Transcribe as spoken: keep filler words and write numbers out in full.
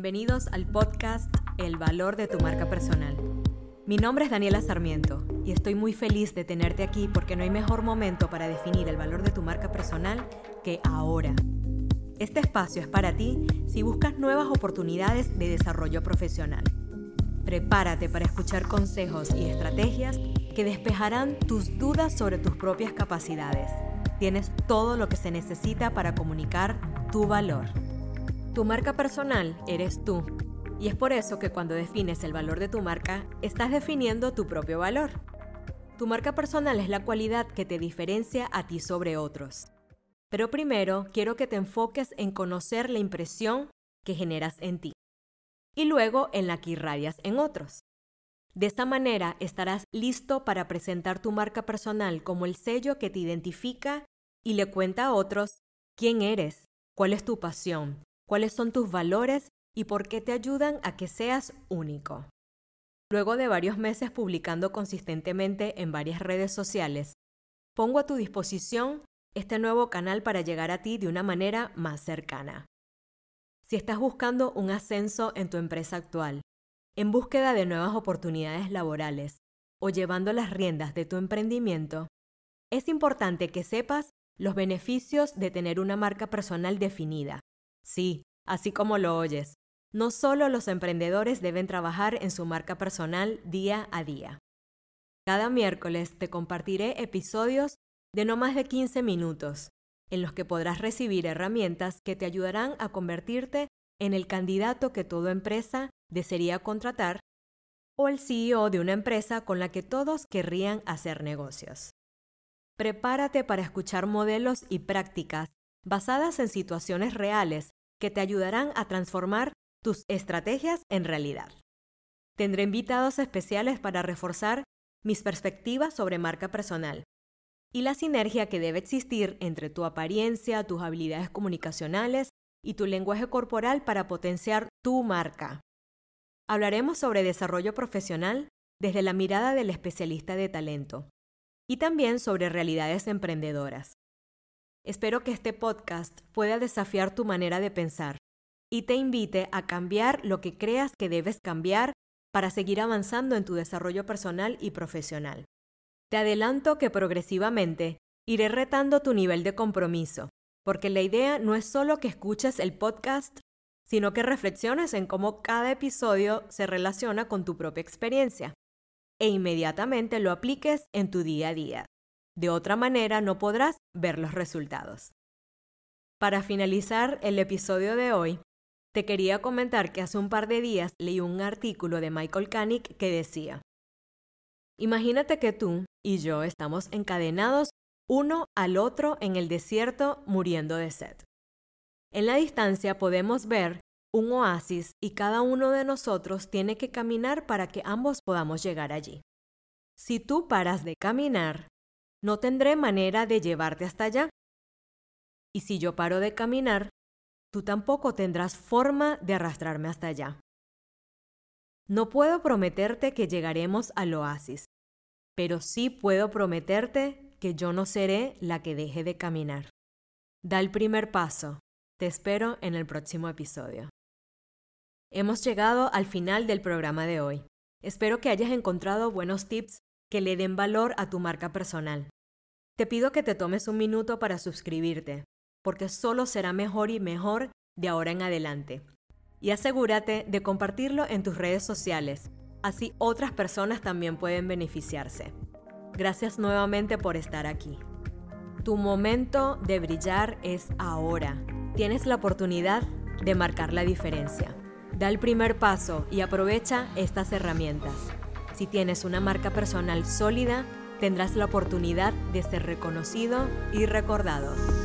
Bienvenidos al podcast El Valor de tu Marca Personal. Mi nombre es Daniela Sarmiento y estoy muy feliz de tenerte aquí porque no hay mejor momento para definir el valor de tu marca personal que ahora. Este espacio es para ti si buscas nuevas oportunidades de desarrollo profesional. Prepárate para escuchar consejos y estrategias que despejarán tus dudas sobre tus propias capacidades. Tienes todo lo que se necesita para comunicar tu valor. Tu marca personal eres tú, y es por eso que cuando defines el valor de tu marca, estás definiendo tu propio valor. Tu marca personal es la cualidad que te diferencia a ti sobre otros. Pero primero quiero que te enfoques en conocer la impresión que generas en ti, y luego en la que irradias en otros. De esta manera estarás listo para presentar tu marca personal como el sello que te identifica y le cuenta a otros quién eres, cuál es tu pasión, cuáles son tus valores y por qué te ayudan a que seas único. Luego de varios meses publicando consistentemente en varias redes sociales, pongo a tu disposición este nuevo canal para llegar a ti de una manera más cercana. Si estás buscando un ascenso en tu empresa actual, en búsqueda de nuevas oportunidades laborales o llevando las riendas de tu emprendimiento, es importante que sepas los beneficios de tener una marca personal definida. Sí, así como lo oyes, no solo los emprendedores deben trabajar en su marca personal día a día. Cada miércoles te compartiré episodios de no más de quince minutos, en los que podrás recibir herramientas que te ayudarán a convertirte en el candidato que toda empresa desearía contratar o el C E O de una empresa con la que todos querrían hacer negocios. Prepárate para escuchar modelos y prácticas basadas en situaciones reales que te ayudarán a transformar tus estrategias en realidad. Tendré invitados especiales para reforzar mis perspectivas sobre marca personal y la sinergia que debe existir entre tu apariencia, tus habilidades comunicacionales y tu lenguaje corporal para potenciar tu marca. Hablaremos sobre desarrollo profesional desde la mirada del especialista de talento y también sobre realidades emprendedoras. Espero que este podcast pueda desafiar tu manera de pensar y te invite a cambiar lo que creas que debes cambiar para seguir avanzando en tu desarrollo personal y profesional. Te adelanto que progresivamente iré retando tu nivel de compromiso, porque la idea no es solo que escuches el podcast, sino que reflexiones en cómo cada episodio se relaciona con tu propia experiencia e inmediatamente lo apliques en tu día a día. De otra manera no podrás ver los resultados. Para finalizar el episodio de hoy, te quería comentar que hace un par de días leí un artículo de Michael Kanick que decía: imagínate que tú y yo estamos encadenados uno al otro en el desierto muriendo de sed. En la distancia podemos ver un oasis y cada uno de nosotros tiene que caminar para que ambos podamos llegar allí. Si tú paras de caminar, no tendré manera de llevarte hasta allá. Y si yo paro de caminar, tú tampoco tendrás forma de arrastrarme hasta allá. No puedo prometerte que llegaremos al oasis, pero sí puedo prometerte que yo no seré la que deje de caminar. Da el primer paso. Te espero en el próximo episodio. Hemos llegado al final del programa de hoy. Espero que hayas encontrado buenos tips que le den valor a tu marca personal. Te pido que te tomes un minuto para suscribirte, porque solo será mejor y mejor de ahora en adelante. Y asegúrate de compartirlo en tus redes sociales, así otras personas también pueden beneficiarse. Gracias nuevamente por estar aquí. Tu momento de brillar es ahora. Tienes la oportunidad de marcar la diferencia. Da el primer paso y aprovecha estas herramientas. Si tienes una marca personal sólida, tendrás la oportunidad de ser reconocido y recordado.